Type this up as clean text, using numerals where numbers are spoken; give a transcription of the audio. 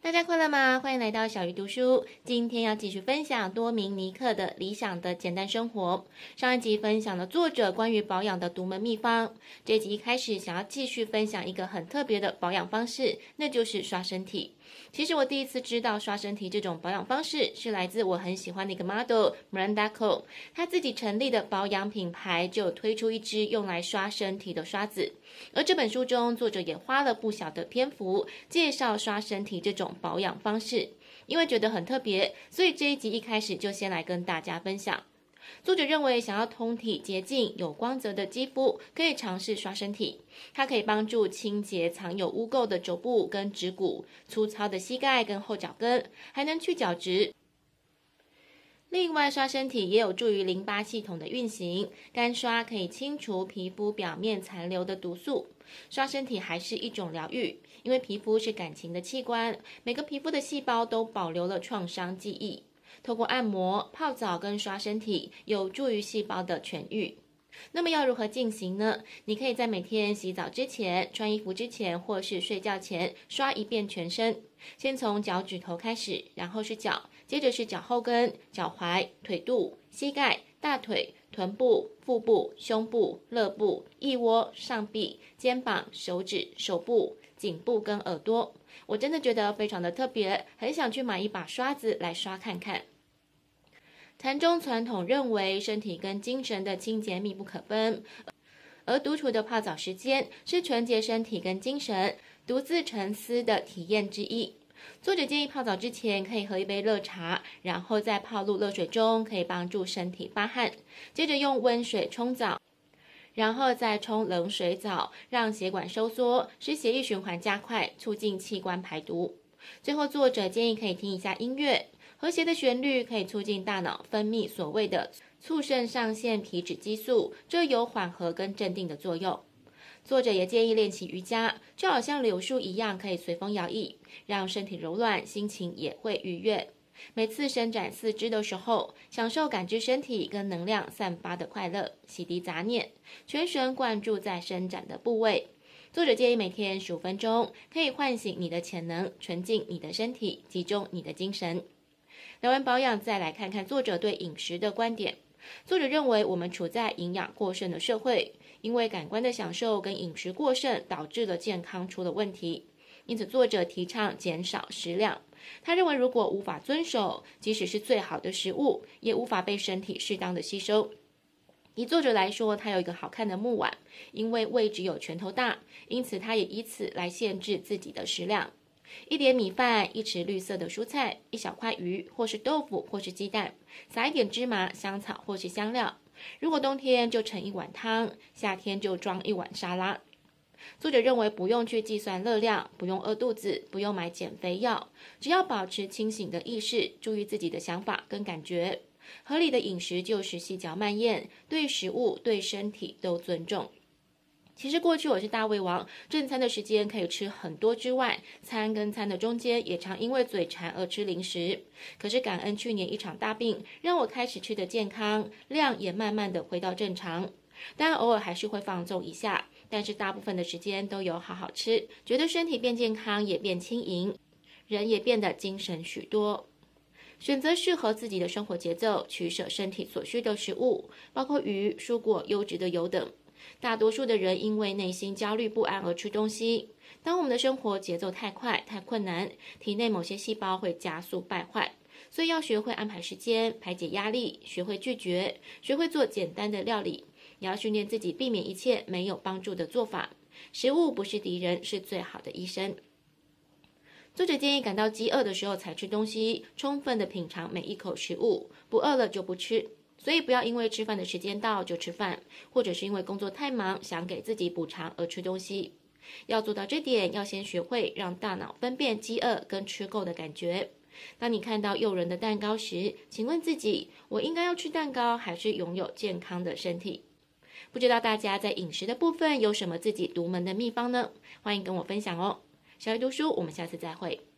大家快乐吗？欢迎来到小鱼读书。今天要继续分享多明尼克的理想的简单生活。上一集分享了作者关于保养的独门秘方，这一集一开始想要继续分享一个很特别的保养方式，那就是刷身体。其实我第一次知道刷身体这种保养方式是来自我很喜欢的一个 model Miranda Cole， 她自己成立的保养品牌就推出一支用来刷身体的刷子。而这本书中，作者也花了不小的篇幅介绍刷身体这种保养方式，因为觉得很特别，所以这一集一开始就先来跟大家分享。作者认为，想要通体洁净、有光泽的肌肤，可以尝试刷身体。它可以帮助清洁藏有污垢的肘部跟指骨、粗糙的膝盖跟后脚跟，还能去角质。另外，刷身体也有助于淋巴系统的运行，干刷可以清除皮肤表面残留的毒素。刷身体还是一种疗愈，因为皮肤是感情的器官，每个皮肤的细胞都保留了创伤记忆。透过按摩、泡澡跟刷身体，有助于细胞的痊愈。那么要如何进行呢？你可以在每天洗澡之前、穿衣服之前或是睡觉前刷一遍全身。先从脚趾头开始，然后是脚，接着是脚后跟、脚踝、腿肚、膝盖、大腿、臀部、腹部、胸部、肋部、腋窝、上臂、肩膀、手指、手部、颈部跟耳朵。我真的觉得非常的特别，很想去买一把刷子来刷看看。禅宗传统认为，身体跟精神的清洁密不可分，而独处的泡澡时间是纯洁身体跟精神、独自沉思的体验之一。作者建议泡澡之前可以喝一杯热茶，然后再泡入热水中，可以帮助身体发汗。接着用温水冲澡，然后再冲冷水澡，让血管收缩，使血液循环加快，促进器官排毒。最后，作者建议可以听一下音乐，和谐的旋律可以促进大脑分泌所谓的促肾上腺皮质激素，这有缓和跟镇定的作用。作者也建议练习瑜伽，就好像柳树一样，可以随风摇曳，让身体柔软，心情也会愉悦。每次伸展四肢的时候，享受感知身体跟能量散发的快乐，洗涤杂念，全神贯注在伸展的部位。作者建议每天15分钟，可以唤醒你的潜能，纯净你的身体，集中你的精神。聊完保养，再来看看作者对饮食的观点。作者认为，我们处在营养过剩的社会，因为感官的享受跟饮食过剩，导致了健康出了问题。因此，作者提倡减少食量。他认为，如果无法遵守，即使是最好的食物，也无法被身体适当的吸收。以作者来说，他有一个好看的木碗，因为胃只有拳头大，因此他也以此来限制自己的食量。一碟米饭，一匙绿色的蔬菜，一小块鱼，或是豆腐，或是鸡蛋，撒一点芝麻、香草或是香料。如果冬天就盛一碗汤，夏天就装一碗沙拉。作者认为不用去计算热量，不用饿肚子，不用买减肥药，只要保持清醒的意识，注意自己的想法跟感觉。合理的饮食就是细嚼慢咽，对食物、对身体都尊重。其实过去我是大胃王，正餐的时间可以吃很多之外，餐跟餐的中间也常因为嘴馋而吃零食。可是感恩去年一场大病，让我开始吃得健康，量也慢慢的回到正常。当然偶尔还是会放纵一下，但是大部分的时间都有好好吃，觉得身体变健康也变轻盈，人也变得精神许多。选择适合自己的生活节奏，取舍身体所需的食物，包括鱼、蔬果、优质的油等。大多数的人因为内心焦虑不安而吃东西。当我们的生活节奏太快、太困难，体内某些细胞会加速败坏，所以要学会安排时间，排解压力，学会拒绝，学会做简单的料理，也要训练自己避免一切没有帮助的做法。食物不是敌人，是最好的医生。作者建议感到饥饿的时候才吃东西，充分的品尝每一口食物，不饿了就不吃。所以不要因为吃饭的时间到就吃饭，或者是因为工作太忙想给自己补偿而吃东西。要做到这点，要先学会让大脑分辨饥饿跟吃够的感觉。当你看到诱人的蛋糕时，请问自己，我应该要吃蛋糕还是拥有健康的身体？不知道大家在饮食的部分有什么自己独门的秘方呢？欢迎跟我分享哦。小鱼读书，我们下次再会。